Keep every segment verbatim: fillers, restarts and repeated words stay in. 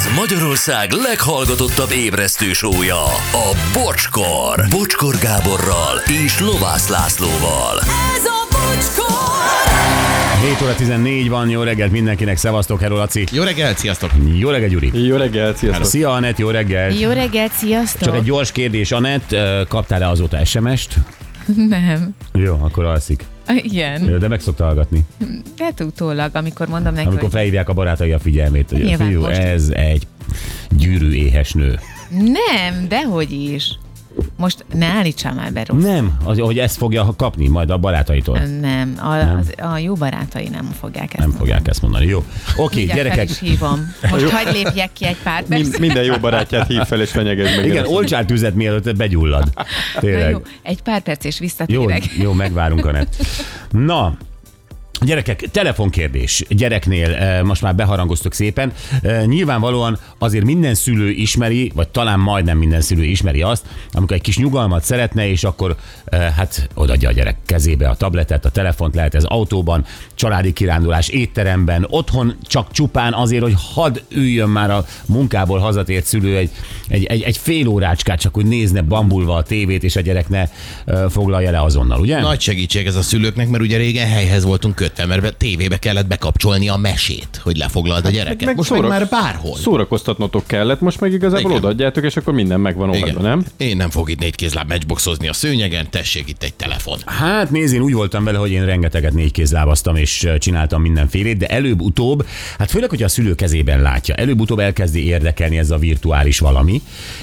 Ez Magyarország leghallgatottabb ébresztő show-ja, a Bocskor. Bocskor Gáborral és Lovász Lászlóval. Ez a Bocskor! hét óra tizennégy van, jó reggelt mindenkinek, szevasztok, hello Laci. Jó reggelt, sziasztok. Jó reggelt, Gyuri. Jó reggelt, sziasztok. Szia, Anett, jó reggelt. Jó reggelt, sziasztok. Csak egy gyors kérdés, Anett, kaptál-e azóta es em est? Nem. Jó, akkor alszik. Igen. Jó, de meg szokta hallgatni. De utólag, amikor mondom neki, Amikor hogy... felhívják a barátai a figyelmét, hogy Nyilván fiú, most. ez egy gyűrű éhes nő. Nem, dehogy is. Most ne állítsál már be rossz. Nem, az, hogy ezt fogja kapni majd a barátaitól. Nem, a, Nem? Az, a jó barátai nem fogják ezt Nem mondani. fogják ezt mondani. Jó. Oké, Mindjárt gyerekek. fel is hívom. Most hagyd lépjek ki egy pár perc. Mind, minden jó barátját hív fel és fenyeged meg. Igen, olcsál tüzet, mielőtt begyullad. Na Tényleg. jó, egy pár perc és Jó, visszatérek. jó, megvárunk, Anett. Na, gyerekek, telefonkérdés gyereknél, eh, most már beharangoztuk szépen. Eh, nyilvánvalóan azért minden szülő ismeri, vagy talán majdnem minden szülő ismeri azt, amikor egy kis nyugalmat szeretne, és akkor eh, hát odaadja a gyerek kezébe a tabletet, a telefont, lehet ez autóban, családi kirándulás, étteremben, otthon csak csupán azért, hogy hadd üljön már a munkából hazatért szülő egy, egy, egy, egy fél órácskát, csak hogy nézne bambulva a tévét, és a gyerek ne eh, foglalja le azonnal, ugye? Nagy segítség ez a szülőknek, mert ugye régen helyhez voltunk kötve, mert a tévébe kellett bekapcsolni a mesét, hogy lefoglald a gyereket. meg Most szóra- meg már bárhol. Szórakoztatnotok kellett, most meg igazából Igen. odaadjátok, és akkor minden megvan oldva, nem? Én nem fog itt négy kézláb matchboxozni a szőnyegen, tessék itt egy telefon. Hát nézd, én úgy voltam vele, hogy én rengeteget négykézlábaztam és csináltam mindenfélét, de előbb-utóbb, hát főleg, hogy a szülő kezében látja, előbb-utóbb elkezdi érdekelni ez a virtuális valami,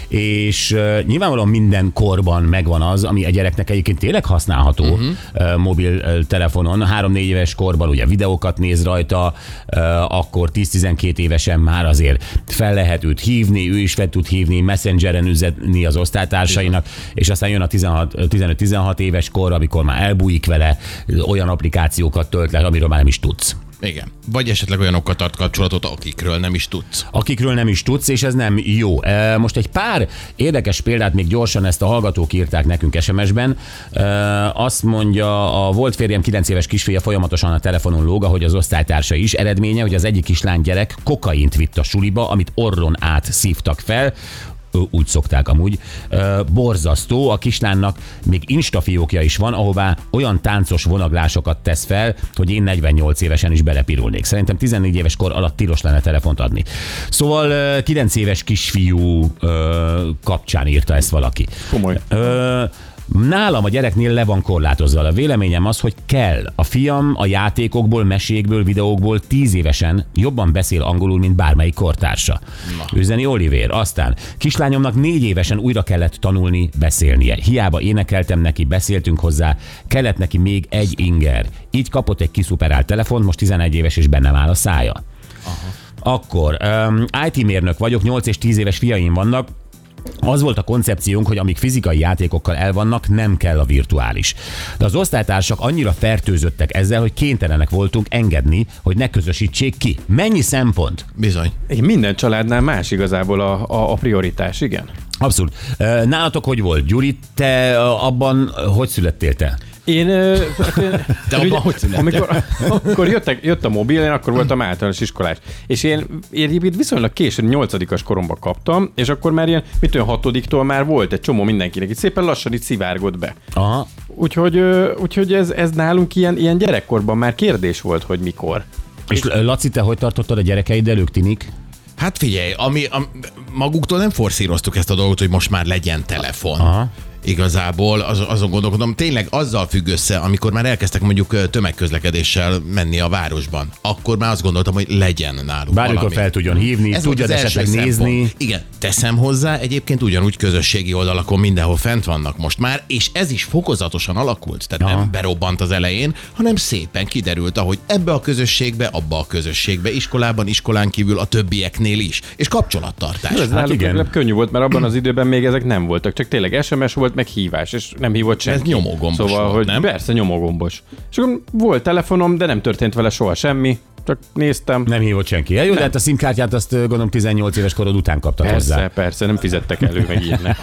és uh, nyilvánvalóan minden korban megvan az, ami a gyereknek egyébként tényleg használható uh-huh. uh, mobiltelefonon. Három-négy éves korban ugye videókat néz rajta, uh, akkor tíz-tizenkét évesen már azért fel lehet őt hívni, ő is fel tud hívni, messengeren üzenni az osztálytársainak, és aztán jön a tizenöt-tizenhat éves kor, amikor már elbújik vele, olyan applikációkat tölt le, amiről már nem is tudsz. Igen. Vagy esetleg olyanokkal tart kapcsolatot, akikről nem is tudsz. Akikről nem is tudsz, és ez nem jó. Most egy pár érdekes példát még gyorsan ezt a hallgatók írták nekünk es em es-ben. Azt mondja, a volt férjem kilenc éves kisfia folyamatosan a telefonon lóg, ahogy az osztálytársa is. Eredménye, hogy az egyik kislány gyerek kokaint vitt a suliba, amit orron át szívtak fel. Úgy szokták amúgy. Borzasztó, a kislánynak még instafiókja is van, ahová olyan táncos vonaglásokat tesz fel, hogy én negyvennyolc évesen is belepirulnék. Szerintem tizennégy éves kor alatt tilos lenne telefont adni. Szóval kilenc éves kisfiú kapcsán írta ezt valaki. Komoly. Nálam a gyereknél le van korlátozva. A véleményem az, hogy kell. A fiam a játékokból, mesékből, videókból tíz évesen jobban beszél angolul, mint bármelyik kortársa. Na. Üzeni Olivér. Aztán kislányomnak négy évesen újra kellett tanulni beszélnie. Hiába énekeltem neki, beszéltünk hozzá, kellett neki még egy inger. Így kapott egy kiszuperált telefont, most tizenegy éves és bennem áll a szája. Aha. Akkor um, i té mérnök vagyok, nyolc és tíz éves fiaim vannak. Az volt a koncepciónk, hogy amíg fizikai játékokkal elvannak, nem kell a virtuális. De az osztálytársak annyira fertőzöttek ezzel, hogy kénytelenek voltunk engedni, hogy ne közösítsék ki. Mennyi szempont? Bizony. Igen, minden családnál más igazából a, a, a prioritás, igen. Abszolút. Nálatok hogy volt? Gyuri, te abban hogy születtél te? Én, Te abban hogy születtél? amikor, amikor jöttek, jött a mobil, én akkor voltam általános iskolás. És én, én viszonylag későn nyolcadikas koromban kaptam, és akkor már ilyen, mit olyan hatodiktól már volt egy csomó mindenkinek. Itt szépen lassan itt szivárgott be. Aha. Úgyhogy, úgyhogy ez, ez nálunk ilyen, ilyen gyerekkorban már kérdés volt, hogy mikor. És Laci, te hogy tartottad a gyerekeiddel, ők tinik? Hát figyelj, ami, am, maguktól nem forszíroztuk ezt a dolgot, hogy most már legyen telefon. Aha. Igazából az, azon gondolkodom, tényleg azzal függ össze, amikor már elkezdtek mondjuk tömegközlekedéssel menni a városban, akkor már azt gondoltam, hogy legyen náluk Bármikor valami. fel tudjon hívni, Ez tudjad volt az esetleg első nézni. szempont. Igen, teszem hozzá, egyébként ugyanúgy közösségi oldalakon mindenhol fent vannak most már, és ez is fokozatosan alakult, tehát Aha. nem berobbant az elején, hanem szépen kiderült, ahogy ebbe a közösségbe, abba a közösségbe, iskolában, iskolán kívül a többieknél is, és kapcsolattartás. Ez náluk igen. legalább könnyű volt, mert abban az időben még ezek nem voltak, csak tényleg es em es volt, meg hívás, és nem hívott senki. Ez nyomógombos szóval, volt, hogy nem? Persze, nyomógombos. És akkor volt telefonom, de nem történt vele soha semmi. csak néztem. Nem hívott senki. Ja, jó, de hát a SIM-kártyát azt gondolom tizennyolc éves korod után kaptad Persze, hozzá. persze, nem fizettek elő, meg ilyenek.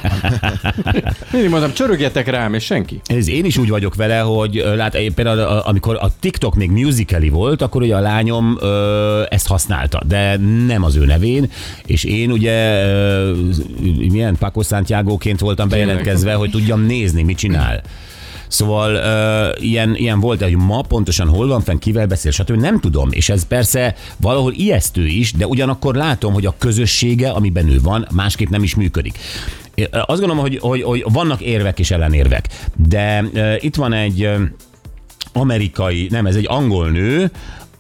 Mindig mondtam, csörögjetek rám, és senki. Ez én is úgy vagyok vele, hogy lát, például amikor a TikTok még musicali volt, akkor ugye a lányom ö, ezt használta, de nem az ő nevén, és én ugye ö, milyen Paco Santiago-ként voltam bejelentkezve, hogy tudjam nézni, mit csinál. Szóval uh, ilyen, ilyen volt, hogy ma pontosan hol van fenn, kivel beszél, stb. Nem tudom, és ez persze valahol ijesztő is, de ugyanakkor látom, hogy a közössége, amiben ő van, másképp nem is működik. Én azt gondolom, hogy, hogy, hogy vannak érvek és ellenérvek, de uh, itt van egy uh, amerikai, nem, ez egy angol nő,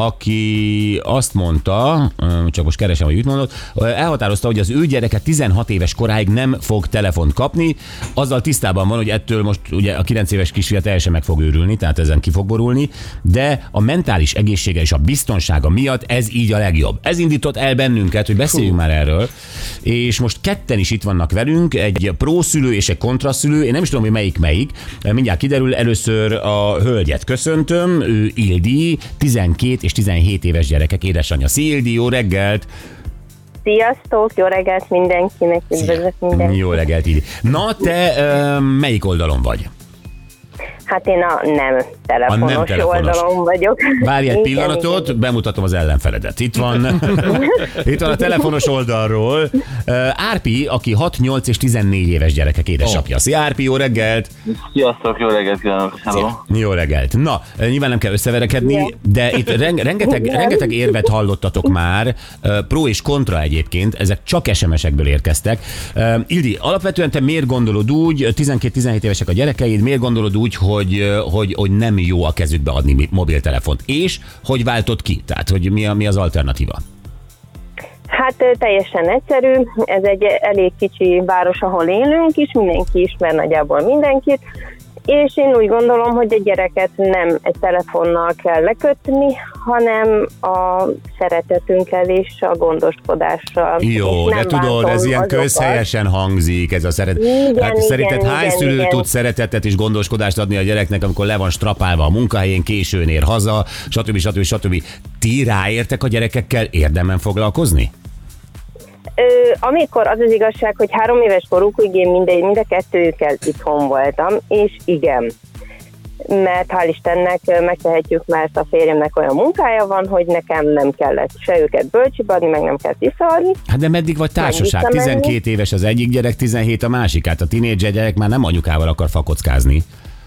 aki azt mondta, csak most keresem, hogy mit mondott, elhatározta, hogy az ő gyereke tizenhat éves koráig nem fog telefont kapni, azzal tisztában van, hogy ettől most ugye a kilenc éves kisfia teljesen meg fog őrülni, tehát ezen ki fog borulni, de a mentális egészsége és a biztonsága miatt ez így a legjobb. Ez indított el bennünket, hogy beszéljünk Hú. már erről, és most ketten is itt vannak velünk, egy prószülő és egy kontraszülő, én nem is tudom, hogy melyik melyik, mindjárt kiderül, először a hölgyet köszöntöm, ő Ildi, tizenkét és tizenhét éves gyerekek édesanyja. Szia, Ildi, jó reggelt! Sziasztok, jó reggelt mindenkinek, üdvözlök mindenkinek. Jó reggelt, Ildi. Na, te uh, melyik oldalon vagy? Hát én a nem telefonos, a nem telefonos. oldalon vagyok. Várj egy igen, pillanatot, igen. Bemutatom az ellenfeledet. Itt van, itt van a telefonos oldalról uh, Árpi, aki hat, nyolc és tizennégy éves gyerekek édesapja. Oh. Szia, Árpi, jó reggelt! Sziasztok, jó reggelt kívánok! Hello. Jó reggelt! Na, nyilván nem kell összeverekedni, yeah. de itt rengeteg, rengeteg érvet hallottatok már, pro és kontra egyébként, ezek csak es em esekből érkeztek. Ildi, alapvetően te miért gondolod úgy, tizenkét-tizenhét évesek a gyerekeid, miért gondolod úgy, hogy, hogy, hogy nem jó a kezükbe adni mobiltelefont, és hogy váltott ki? Tehát, hogy mi, a, mi az alternatíva? Hát teljesen egyszerű, ez egy elég kicsi város, ahol élünk is, mindenki ismer nagyjából mindenkit, és én úgy gondolom, hogy a gyereket nem egy telefonnal kell lekötni, hanem a szeretetünkkel és a gondoskodással. Jó, de tudod, ez ilyen azokat. Közhelyesen hangzik, ez a szeretet. Igen, hát szerinted igen, hány igen, szülő igen. tud szeretetet és gondoskodást adni a gyereknek, amikor le van strapálva a munkahelyén, későn ér haza, stb. stb. stb. Ti ráértek a gyerekekkel érdemben foglalkozni? Ö, amikor az az igazság, hogy három éves korukig én mindegy, mind a kettőjükkel itthon voltam, és igen, mert hál' Istennek megtehetjük, mert a férjemnek olyan munkája van, hogy nekem nem kellett se őket bölcsibe adni, meg nem kellett visszaadni. Hát de meddig vagy társaság? tizenkét éves az egyik gyerek, tizenhét a másik, hát a tinédzser gyerek már nem anyukával akar fakockázni.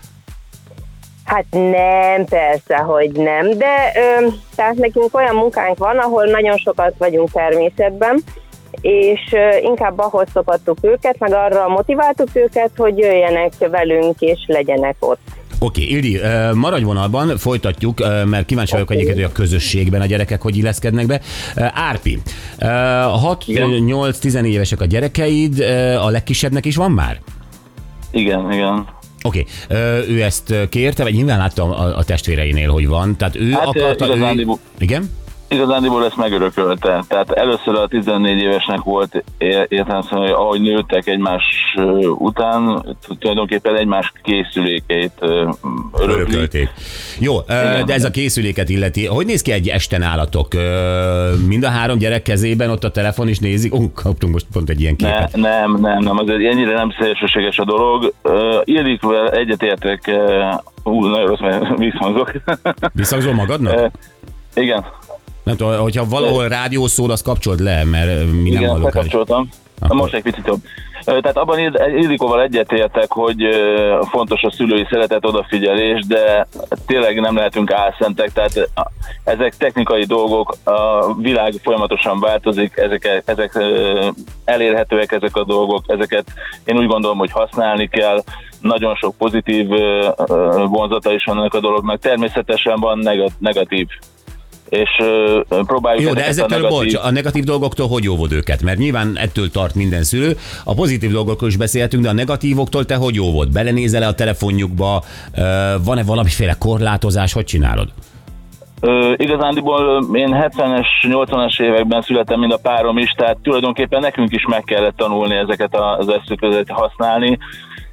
Hát nem, persze, hogy nem, de ö, tehát nekünk olyan munkánk van, ahol nagyon sokat vagyunk természetben, és inkább ahhoz szokattuk őket, meg arra motiváltuk őket, hogy jöjjenek velünk és legyenek ott. Oké, okay, Ildi, maradj vonalban, folytatjuk, mert kíváncsi vagyok egyébként, hogy a közösségben a gyerekek hogy illeszkednek be. Árpi, hat nyolc tizennégy évesek a gyerekeid, a legkisebbnek is van már? Igen, igen. Oké, okay. Ő ezt kérte, vagy nyilván láttam a, a testvéreinél, hogy van, tehát ő hát akarta... Ő... Igen? Igazándiból ezt megörökölte. Tehát először a tizennégy évesnek volt értelemszerűen, hogy ahogy nőttek egymás után, tulajdonképpen egymás készülékeit örökölték. Jó, igen. De ez a készüléket illeti. Hogy néz ki egy este nálatok? Mind a három gyerek kezében ott a telefon is nézik? Ó, uh, kaptunk most pont egy ilyen képet. Ne, nem, nem, nem, azért ennyire nem szélsőséges a dolog. Ildikvel egyetértek, ú, nagyon rossz, mert visszhangzok. Visszhangzol magadnak? Igen. Nem tudom, hogyha valahol rádió szól, azt kapcsold le, mert mi igen, nem hallok. Igen, bekapcsoltam. Most egy picit jobb. Tehát abban Ildikóval egyetértek, hogy fontos a szülői szeretet, odafigyelés, de tényleg nem lehetünk álszentek, tehát ezek technikai dolgok, a világ folyamatosan változik, ezek, ezek elérhetőek ezek a dolgok, ezeket én úgy gondolom, hogy használni kell, nagyon sok pozitív vonzata is van ennek a dolognak, természetesen van negatív. És uh, próbáljuk... Jó, de ezektől, a negatív... bocs, a negatív dolgoktól hogy óvod őket? Mert nyilván ettől tart minden szülő. A pozitív dolgokról is beszélhetünk, de a negatívoktól te hogy óvod? Belenézel-e a telefonjukba? Uh, van-e valamiféle korlátozás? Hogy csinálod? Uh, igazándiból én hetvenes, nyolcvanas években születtem, mind a párom is, tehát tulajdonképpen nekünk is meg kellett tanulni ezeket az eszközöket használni,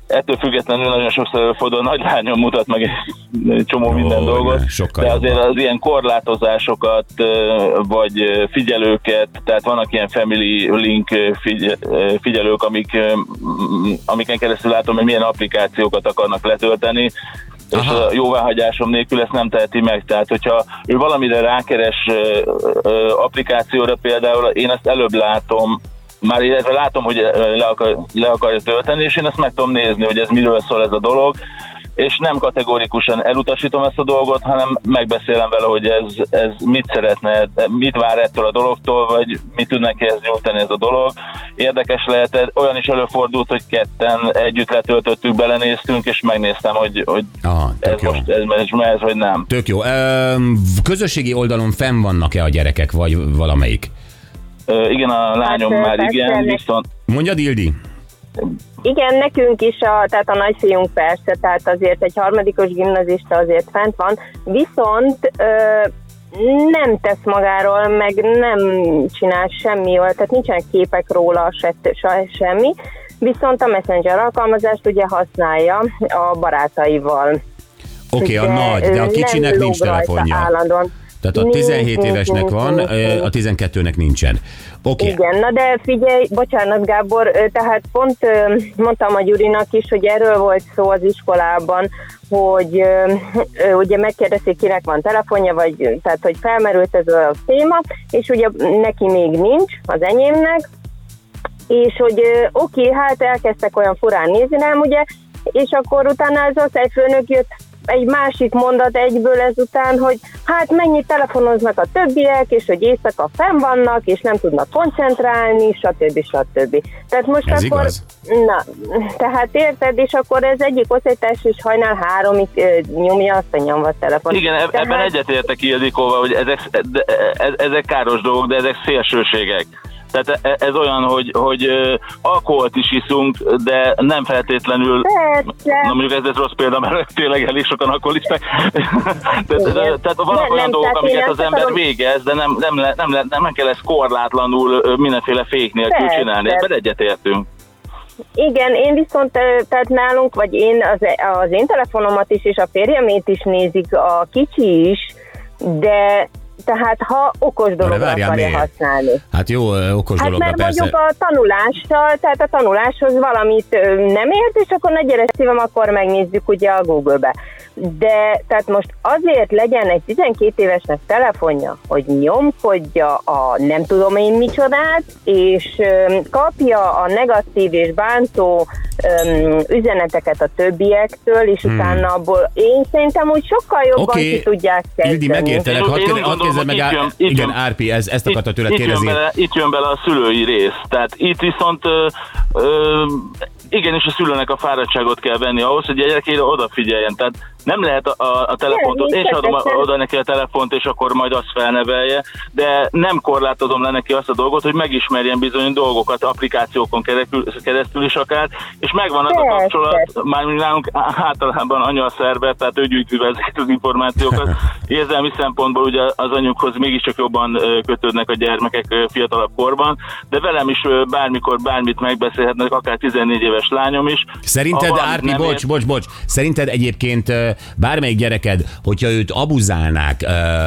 ettől függetlenül nagyon sokszor előfordul, a nagylányom mutat meg egy csomó Ó, minden dolgot, sokkal de azért jobban. az ilyen korlátozásokat, vagy figyelőket, tehát vannak ilyen family link figyelők, amik, amiken keresztül látom, hogy milyen applikációkat akarnak letölteni, és Aha. a jóváhagyásom nélkül ezt nem teheti meg. Tehát, hogyha ő valamire rákeres applikációra például, én ezt előbb látom, már illetve látom, hogy le, akar, le akarja tölteni, és én ezt meg tudom nézni, hogy ez miről szól ez a dolog, és nem kategórikusan elutasítom ezt a dolgot, hanem megbeszélem vele, hogy ez, ez mit szeretne, mit vár ettől a dologtól, vagy mit tud neki ez nyújtani ez a dolog. Érdekes lehet, olyan is előfordult, hogy ketten együtt letöltöttük, belenéztünk, és megnéztem, hogy, hogy Aha, ez tök jó. most ez, ez, ez, vagy nem. Tök jó. Ö, közösségi oldalon fenn vannak-e a gyerekek, vagy valamelyik? Ö, igen, a lányom Hát, már persze, igen, nek- viszont Mondjad, Ildi? Igen, nekünk is, a, tehát a nagyfiunk persze, tehát azért egy harmadikos gimnazista azért fent van, viszont ö, nem tesz magáról, meg nem csinál semmi jól, tehát nincsenek képek róla, se, se, semmi, viszont a Messenger alkalmazást ugye használja a barátaival. Oké, okay, a De, nagy, de a ö, kicsinek nem nincs lóg rajta telefonja. állandóan. Tehát a Nincs, tizenhét nincs, évesnek nincs, van, nincs, nincs. a tizenkettőnek nincsen. Oké. Igen, na de figyelj, bocsánat Gábor, ö, tehát pont ö, mondtam a Gyurinak is, hogy erről volt szó az iskolában, hogy ö, ö, ugye megkérdezték, kinek van telefonja, vagy tehát hogy felmerült ez a téma, és ugye neki még nincs, az enyémnek, és hogy ö, oké, hát elkezdtek olyan furán nézni rám, ugye, és akkor utána az osztályfőnök jött egy másik mondat egyből ezután, hogy hát mennyit telefonoznak a többiek, és hogy éjszaka fenn vannak, és nem tudnak koncentrálni, stb. stb. Tehát most Ez akkor, igaz? na, tehát érted, és akkor ez egyik osztálytárs is hajnál háromig ö, nyomja azt a nyomvat telefon. igen, eb- Tehát- ebben egyetértek Ildikóval, hogy ezek, de, e- ezek káros dolgok, de ezek szélsőségek. Tehát ez olyan, hogy, hogy alkoholt is iszunk, de nem feltétlenül, Persze. na mondjuk ez, ez rossz példa, mert tényleg elég sokan alkoholisták. tehát, tehát vannak Nem, olyan nem, dolgok, tehát amiket én az ezt ember akarom- végez, de nem, nem, nem, nem, nem, nem kell ezt korlátlanul mindenféle fék nélkül Persze. csinálni. Ebben egyetértünk. Igen, én viszont, ö, tehát nálunk, vagy én az, az én telefonomat is, és a férjemét is nézik, a kicsi is, de tehát ha okos dologra várjál, akarja miért? használni. Hát jó, okos Hát dologra mert persze. mondjuk a tanulással, tehát a tanuláshoz valamit ö, nem ért, és akkor nagy gyere szívem, akkor megnézzük ugye a Google-be. De tehát most azért legyen egy tizenkét évesnek telefonja, hogy nyomkodja a nem tudom én micsodát, és ö, kapja a negatív és bántó ö, üzeneteket a többiektől, és hmm. utána abból én szerintem úgy sokkal jobban Oké, ki tudják kezdeni. Ildi, megértelek, Én- hadd én kérde- úgy hadd gondolom, kérdezem meg, hogy itt Á- jön- itt igen, jön- Árpi, ez, ezt akarta tőled itt, itt, jön kérdezni. bele, itt jön bele a szülői rész. Tehát itt viszont ö, ö, igenis a szülőnek a fáradtságot kell venni ahhoz, hogy a gyerekére odafigyeljen. Tehát nem lehet a, a, a telefont, én sem adom a- oda neki a telefont, és akkor majd azt felnevelje, de nem korlátozom le neki azt a dolgot, hogy megismerjen bizony dolgokat applikációkon keresztül, keresztül is akár, és megvan az a Persze. kapcsolat, már nálunk általában anya a szerver, tehát ő gyűjti be ezeket az információkat. Érzelmi szempontból ugye az anyukhoz mégiscsak jobban ö, kötődnek a gyermekek ö, fiatalabb korban, de velem is ö, bármikor bármit megbeszélhetnek, akár tizennégy éves lányom is. Szerinted, Ha valamit Árpi, nem bocs, ért- bocs, bocs, szerinted egyébként ö, bármelyik gyereked, hogyha őt abuzálnák ö,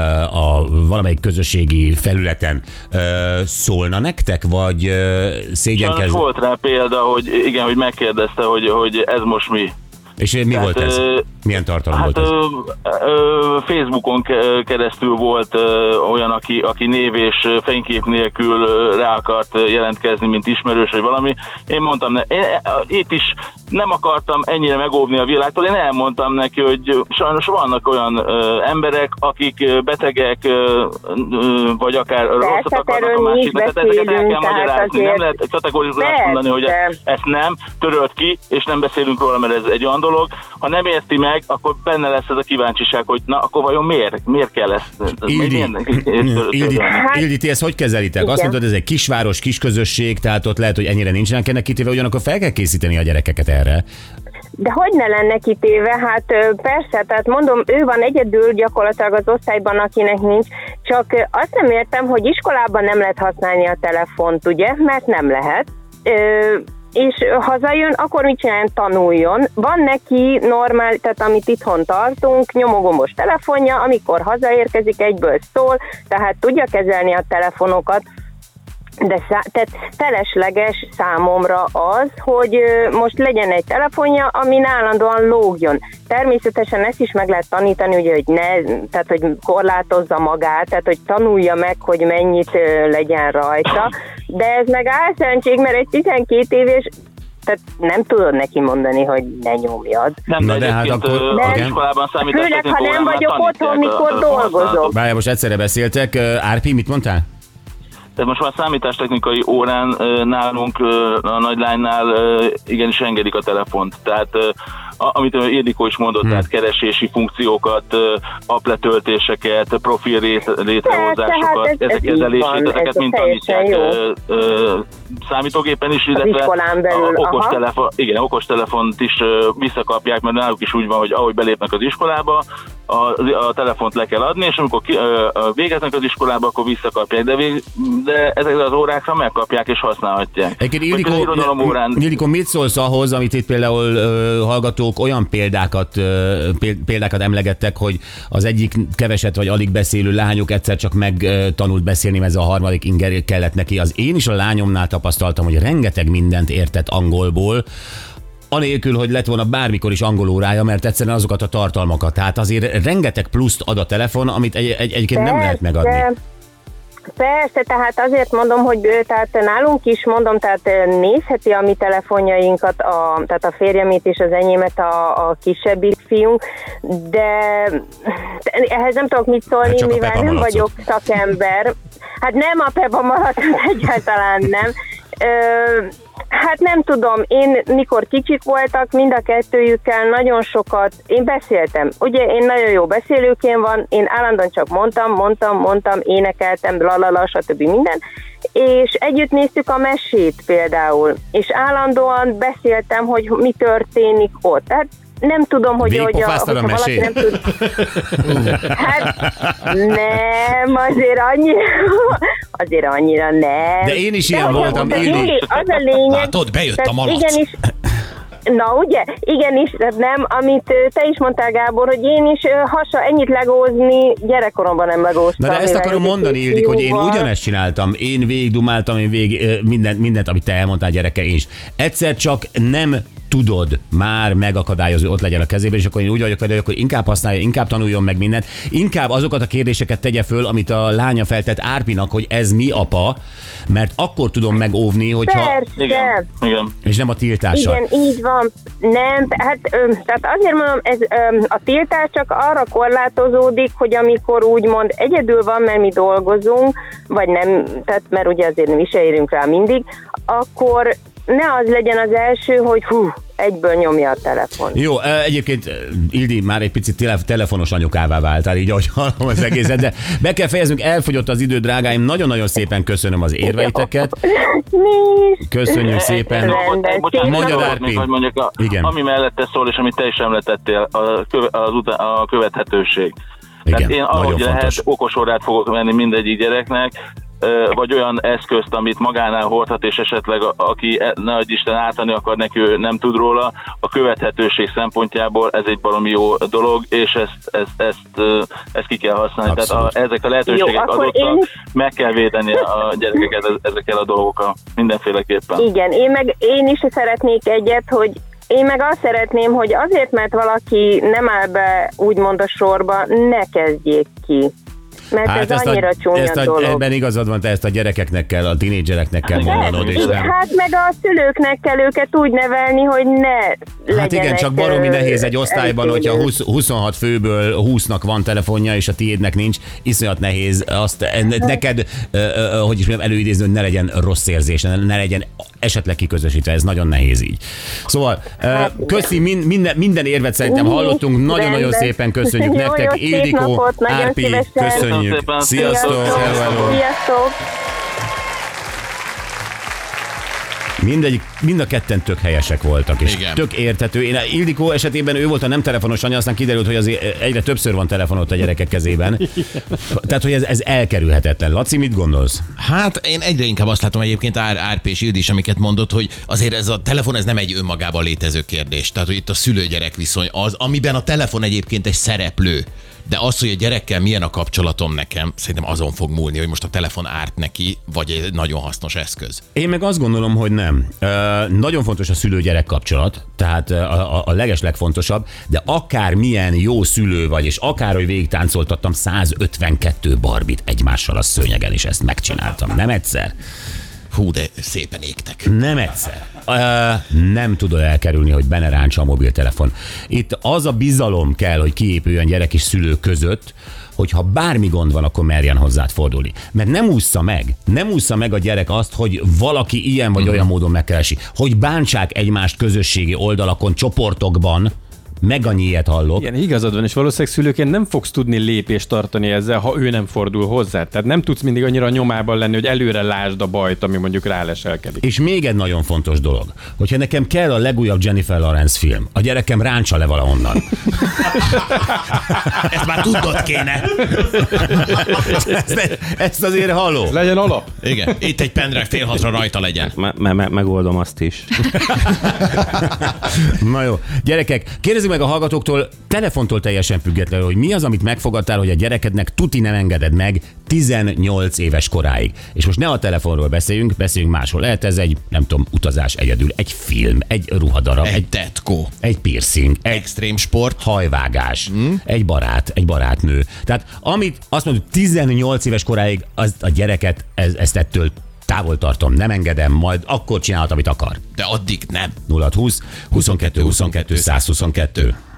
a valamelyik közösségi felületen, ö, szólna nektek, vagy ö, Sajnos szégyenkezne? volt rá példa, hogy igen, hogy megkérdezte, hogy, hogy ez most mi. És mi Tehát, volt ez? ö, Milyen tartalom Hát volt ez? ö, ö, Facebookon ke- keresztül volt ö, olyan, aki, aki név és ö, fénykép nélkül ö, rá akart ö, jelentkezni, mint ismerős, vagy valami. Én mondtam, ne, én, ö, itt is nem akartam ennyire megóvni a világtól, én elmondtam neki, hogy ö, sajnos vannak olyan ö, emberek, akik ö, betegek, ö, ö, vagy akár rosszat akarnak erről a mi is másiknak, tehát ezeket el kell beszélünk, tehát magyarázni. azért- Nem lehet kategorikusan azt mondani, hogy Persze. ezt nem, törölt ki, és nem beszélünk róla, mert ez egy olyan dolog. Ha nem érti meg, akkor benne lesz ez a kíváncsiság, hogy na, akkor vajon miért? Miért kell ezt? Ildi, Milyen- Ildi, Hát- Ildi, ti ezt hogy kezelitek? Azt Igen. mondod, ez egy kisváros, kisközösség, tehát ott lehet, hogy ennyire nincsenek ennek kitéve, ugyanakkor fel kell készíteni a gyerekeket erre. De hogy ne lenne kitéve? Hát ö, persze, tehát mondom, ő van egyedül gyakorlatilag az osztályban, akinek nincs, csak ö, azt nem értem, hogy iskolában nem lehet használni a telefont, ugye? Mert nem lehet. Ö, és hazajön, akkor mit csináljon? Tanuljon. Van neki normál, tehát amit itthon tartunk, nyomogomos telefonja, amikor hazaérkezik, egyből szól, tehát tudja kezelni a telefonokat, de szá- tehát felesleges számomra az, hogy ö, most legyen egy telefonja, amin állandóan lógjon. Természetesen ezt is meg lehet tanítani, ugye, hogy ne, tehát hogy korlátozza magát, tehát hogy tanulja meg, hogy mennyit ö, legyen rajta, de ez meg álszentség, mert egy tizenkét éves, tehát nem tudod neki mondani, hogy ne nyomjad. Nem, Na de, de hát egyébként, akkor- ö, az igen. iskolában számítás Főleg, ha nem technikórán már vagyok tanítják otthon, a mikor telefonhasználatot. dolgozok. Várjál, most egyszerre beszéltek. Árpi, mit mondtál? Tehát most már számítástechnikai órán ö, nálunk ö, a nagylánynál ö, igenis engedik a telefont. Tehát ö, a, amit Ildikó is mondott, hmm. tehát keresési funkciókat, ö, appletöltéseket, profil rét, létrehozásokat, ez- ez ezek így kezelését, van, ezeket ez mind teljesen tanítják jó. ö, ö, számítógépen is, illetve iskolán belül, a, okos aha. telefon, igen, okostelefont is ö, visszakapják, mert náluk is úgy van, hogy ahogy belépnek az iskolába, a, a telefont le kell adni, és amikor ki, ö, végeznek az iskolába, akkor visszakapják, de, vég, de ezekre az órákra megkapják és használhatják. Egyébként Vagy az irodalom órán- Ildikó, mit szólsz ahhoz, amit itt például ö, hallgatók olyan példákat, ö, péld- példákat emlegettek, hogy az egyik keveset vagy alig beszélő lányok egyszer csak megtanult beszélni, mert ez a harmadik inger kellett neki. Az én is a lányomnál tapasztaltam, hogy rengeteg mindent értett angolból, anélkül, hogy lett volna bármikor is angol órája, mert egyszerűen azokat a tartalmakat. Tehát azért rengeteg pluszt ad a telefon, amit egy, egy, egyébként nem lehet megadni. Persze, Persze, tehát azért mondom, hogy ő, tehát nálunk is mondom, tehát nézheti a mi telefonjainkat, a, tehát a férjemét és az enyémet a, a kisebbik fiunk, de ehhez nem tudok mit szólni, Hát mivel nem malacot. vagyok szakember. Hát nem a Peppa malacot, egyáltalán nem. Ö, Hát nem tudom, én mikor kicsik voltak, mind a kettőjükkel nagyon sokat, én beszéltem. Ugye én nagyon jó beszélőként van, én állandóan csak mondtam, mondtam, mondtam, énekeltem, lalala, stb. Minden, és együtt néztük a mesét például, és állandóan beszéltem, hogy mi történik ott. Tehát nem tudom, hogy, hogy a, Végigpofáztad a hogyha valaki mesét? nem tud... Hát nem, azért annyira, azért annyira nem. De én is ilyen hogy voltam, az, én is. Az a lényeg... Látod, bejött tehát a malac. Igenis, na ugye, igenis, tehát nem, amit ö, te is mondtál, Gábor, hogy én is ö, hasa ennyit legózni, gyerekkoromban nem legóztam. Na de ezt mivel akarom egy mondani, kis Ildik, hogy én fiúval. ugyanezt csináltam. Én végigdumáltam, én végig, ö, mindent, mindent, amit te elmondtál, gyereke, én is. Egyszer csak nem tudod már megakadályozni, ott legyen a kezében, és akkor én úgy vagyok vele, hogy akkor inkább használja, inkább tanuljon meg mindent, inkább azokat a kérdéseket tegye föl, amit a lánya feltett Árpinak, hogy ez mi, apa, mert akkor tudom megóvni, hogyha... Persze. Igen, igen. És nem a tiltással. Igen, így van. Nem, hát ö, tehát azért mondom, ez, ö, a tiltás csak arra korlátozódik, hogy amikor úgymond egyedül van, mert mi dolgozunk, vagy nem, tehát mert ugye azért mi se érünk rá mindig, akkor ne az legyen az első, hogy hú, egyből nyomja a telefon. Jó, egyébként Ildi már egy picit tele- telefonos anyukává váltál, így ahogy hallom az egészet, de be kell fejeznünk, elfogyott az idő, drágáim. Nagyon-nagyon szépen köszönöm az érveiteket. Mi is. Köszönjük szépen. Rendben, Bocsánat, Mondjad, dolgot Árpi. még, hogy mondjak, a, Igen. ami mellette szól, és amit te is említettél, a, köve, az uta, a követhetőség. Igen, Tehát én nagyon ahogy lehet fontos. okos órát fogok venni mindegyik gyereknek, ö, vagy olyan eszközt, amit magánál hordhat, és esetleg a, aki ne adj Isten ártani akar neki, ő nem tud róla, a követhetőség szempontjából ez egy baromi jó dolog, és ezt, ezt, ezt, ezt, ezt ki kell használni. Abszolút. Tehát a, ezek a lehetőségek Jó, akkor adottak, én- meg kell védeni a gyerekeket ezekkel a dolgokkal mindenféleképpen. Igen, én meg én is szeretnék egyet, hogy én meg azt szeretném, hogy azért, mert valaki nem áll be úgymond a sorba, ne kezdjék ki. Mert hát ez ezt annyira a, csúnya ezt a, dolog. ebben igazad van, te ezt a gyerekeknek kell, a tinédzsereknek kell mondanod, és nem. Hát meg a szülőknek kell őket úgy nevelni, hogy ne legyenek... Hát igen, csak baromi ö, nehéz egy osztályban, hogyha eltérő. húsz, huszonhat főből húsznak van telefonja, és a tiédnek nincs, iszonyat nehéz azt neked, ö, ö, hogy is mondjam, előidézni, hogy ne legyen rossz érzés, ne, ne legyen esetleg kiközösítve, ez nagyon nehéz így. Szóval, ö, köszi, min, minden, minden érvet szerintem hallottunk, nagyon-nagyon Rendben. szépen köszönjük Jó, nektek, jó, szép Ildikó, napot, nagyon Árpi, szívesen. köszönjük, Köszönöm szépen. sziasztok, Sziasztok. hello, hello. Sziasztok! Mindegyik, mind a ketten tök helyesek voltak, és Igen. tök érthető. Én Ildikó esetében ő volt a nem telefonos anya, aztán kiderült, hogy azért egyre többször van telefon ott a gyerekek kezében. Tehát, hogy ez, ez elkerülhetetlen. Laci, mit gondolsz? Hát én egyre inkább azt látom egyébként Ár, Árpi és Ildi is, amiket mondott, hogy azért ez a telefon ez nem egy önmagában létező kérdés. Tehát, hogy itt a szülő-gyerek viszony az, amiben a telefon egyébként egy szereplő. De az, hogy a gyerekkel milyen a kapcsolatom nekem, szerintem azon fog múlni, hogy most a telefon árt neki, vagy egy nagyon hasznos eszköz. Én meg azt gondolom, hogy nem. Ö, nagyon fontos a szülő-gyerek kapcsolat, tehát a, a, a legeslegfontosabb, de akár milyen jó szülő vagy, és akár, hogy végig táncoltattam százötvenkettő barbit egymással a szőnyegen, és ezt megcsináltam. Nem egyszer. Hú, de szépen égtek. Nem egyszer. Uh, nem tudod elkerülni, hogy benne ráncsa a mobiltelefon. Itt az a bizalom kell, hogy kiépüljön gyerek és szülő között, hogyha bármi gond van, akkor merjen hozzád fordulni. Mert nem ússza meg, nem ússza meg a gyerek azt, hogy valaki ilyen vagy olyan módon megkeresi. Hogy bántsák egymást közösségi oldalakon, csoportokban, meg annyi ilyet hallok. Igen, igazad van, és valószínűleg szülőként nem fogsz tudni lépést tartani ezzel, ha ő nem fordul hozzá. Tehát nem tudsz mindig annyira nyomában lenni, hogy előre lásd a bajt, ami mondjuk ráleselkedik. És még egy nagyon fontos dolog, hogyha nekem kell a legújabb Jennifer Lawrence film, a gyerekem ráncsa le valahonnan. Ezt már tudnod kéne. ezt, ezt azért halló. Legyen alap. Igen, itt egy pendrive fél hatra rajta legyen. Me- me- megoldom azt is. Na jó, gyerekek, kérdezzük meg a hallgatóktól, telefontól teljesen függetlenül, hogy mi az, amit megfogadtál, hogy a gyerekednek tuti nem engeded meg tizennyolc éves koráig. És most ne a telefonról beszéljünk, beszéljünk másról. Lehet ez egy, nem tudom, utazás egyedül, egy film, egy ruhadarab, Egy egy, tetkó. egy piercing, egy Extrém sport. hajvágás, hmm? egy barát, egy barátnő. Tehát amit azt mondjuk tizennyolc éves koráig az, a gyereket ez, ezt ettől távol tartom, nem engedem, majd akkor csinálhat, amit akar. De addig nem. nulla húsz huszonkettő huszonkettő száz huszonkettő